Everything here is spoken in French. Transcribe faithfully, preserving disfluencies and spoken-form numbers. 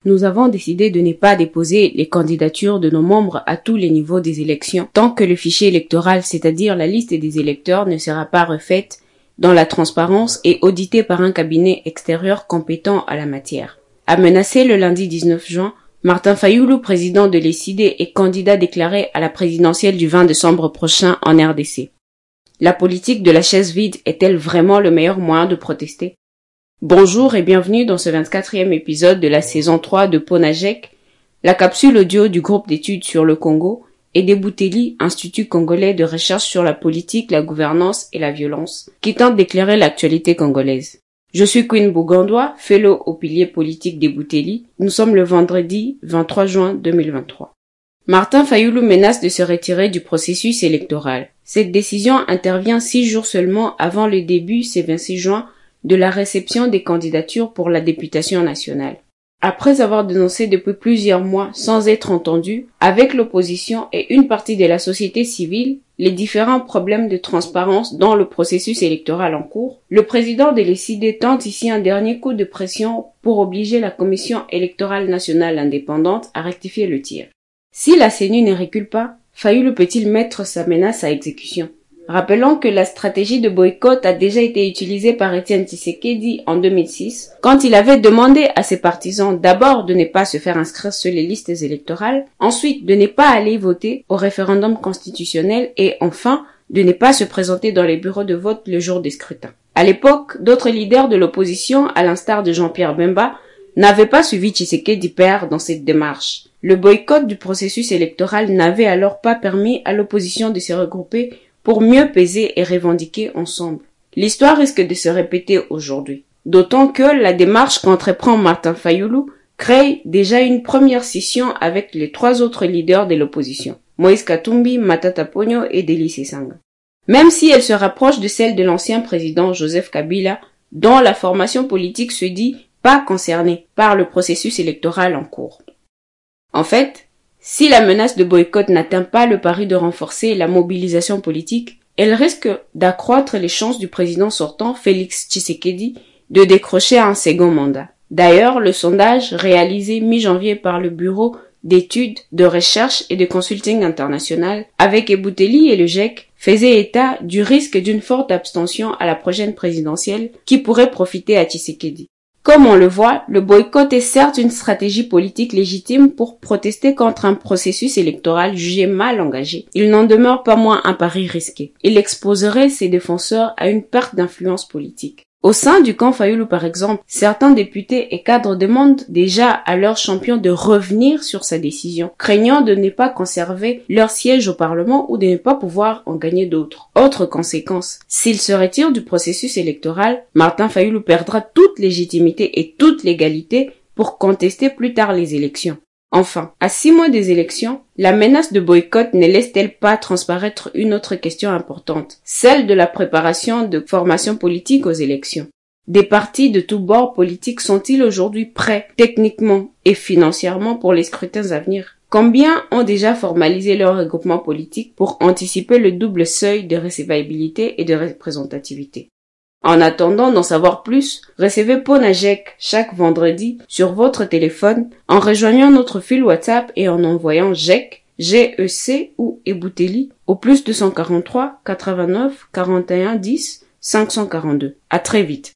Nous avons décidé de ne pas déposer les candidatures de nos membres à tous les niveaux des élections tant que le fichier électoral, c'est-à-dire la liste des électeurs, ne sera pas refaite dans la transparence et auditée par un cabinet extérieur compétent à la matière. A menacé le lundi dix-neuf juin, Martin Fayulu, président de l'E S I D et candidat déclaré à la présidentielle du vingt décembre prochain en R D C. La politique de la chaise vide est-elle vraiment le meilleur moyen de protester? Bonjour et bienvenue dans ce vingt-quatrième épisode de la saison trois de Ponajek, la capsule audio du groupe d'études sur le Congo et d'Ebuteli, Institut congolais de recherche sur la politique, la gouvernance et la violence, qui tente d'éclairer l'actualité congolaise. Je suis Queen Bougandois, fellow au pilier politique d'Ebuteli. Nous sommes le vendredi vingt-trois juin deux mille vingt-trois. Martin Fayulu menace de se retirer du processus électoral. Cette décision intervient six jours seulement avant le début, ce vingt-six juin, de la réception des candidatures pour la députation nationale. Après avoir dénoncé depuis plusieurs mois, sans être entendu, avec l'opposition et une partie de la société civile, les différents problèmes de transparence dans le processus électoral en cours, le président de l'E S I D tente ici un dernier coup de pression pour obliger la Commission électorale nationale indépendante à rectifier le tir. Si la C E N U ne recule pas, Fayulu peut-il mettre sa menace à exécution? Rappelons que la stratégie de boycott a déjà été utilisée par Étienne Tshisekedi en deux mille six, quand il avait demandé à ses partisans d'abord de ne pas se faire inscrire sur les listes électorales, ensuite de ne pas aller voter au référendum constitutionnel et enfin de ne pas se présenter dans les bureaux de vote le jour des scrutins. À l'époque, d'autres leaders de l'opposition, à l'instar de Jean-Pierre Bemba, n'avaient pas suivi Tshisekedi père dans cette démarche. Le boycott du processus électoral n'avait alors pas permis à l'opposition de se regrouper pour mieux peser et revendiquer ensemble. L'histoire risque de se répéter aujourd'hui. D'autant que la démarche qu'entreprend Martin Fayulu crée déjà une première scission avec les trois autres leaders de l'opposition, Moïse Katumbi, Matata Ponyo et Deli Sesanga. Même si elle se rapproche de celle de l'ancien président Joseph Kabila, dont la formation politique se dit pas concernée par le processus électoral en cours. En fait, si la menace de boycott n'atteint pas le pari de renforcer la mobilisation politique, elle risque d'accroître les chances du président sortant, Félix Tshisekedi, de décrocher un second mandat. D'ailleurs, le sondage réalisé mi-janvier par le Bureau d'études, de recherche et de consulting international avec Ebuteli et le G E C faisait état du risque d'une forte abstention à la prochaine présidentielle qui pourrait profiter à Tshisekedi. Comme on le voit, le boycott est certes une stratégie politique légitime pour protester contre un processus électoral jugé mal engagé. Il n'en demeure pas moins un pari risqué. Il exposerait ses défenseurs à une perte d'influence politique. Au sein du camp Fayulu, par exemple, certains députés et cadres demandent déjà à leurs champions de revenir sur sa décision, craignant de ne pas conserver leur siège au Parlement ou de ne pas pouvoir en gagner d'autres. Autre conséquence, s'il se retire du processus électoral, Martin Fayulu perdra toute légitimité et toute légalité pour contester plus tard les élections. Enfin, à six mois des élections, la menace de boycott ne laisse-t-elle pas transparaître une autre question importante, celle de la préparation de formation politique aux élections? Des partis de tous bords politiques sont-ils aujourd'hui prêts, techniquement et financièrement, pour les scrutins à venir? Combien ont déjà formalisé leur regroupement politique pour anticiper le double seuil de recevabilité et de représentativité? En attendant d'en savoir plus, recevez Ponajek chaque vendredi sur votre téléphone en rejoignant notre fil WhatsApp et en envoyant G E C, G E C ou Ebuteli au plus deux cent quarante-trois, quatre-vingt-neuf, quarante et un, dix, cinq cent quarante-deux. À très vite.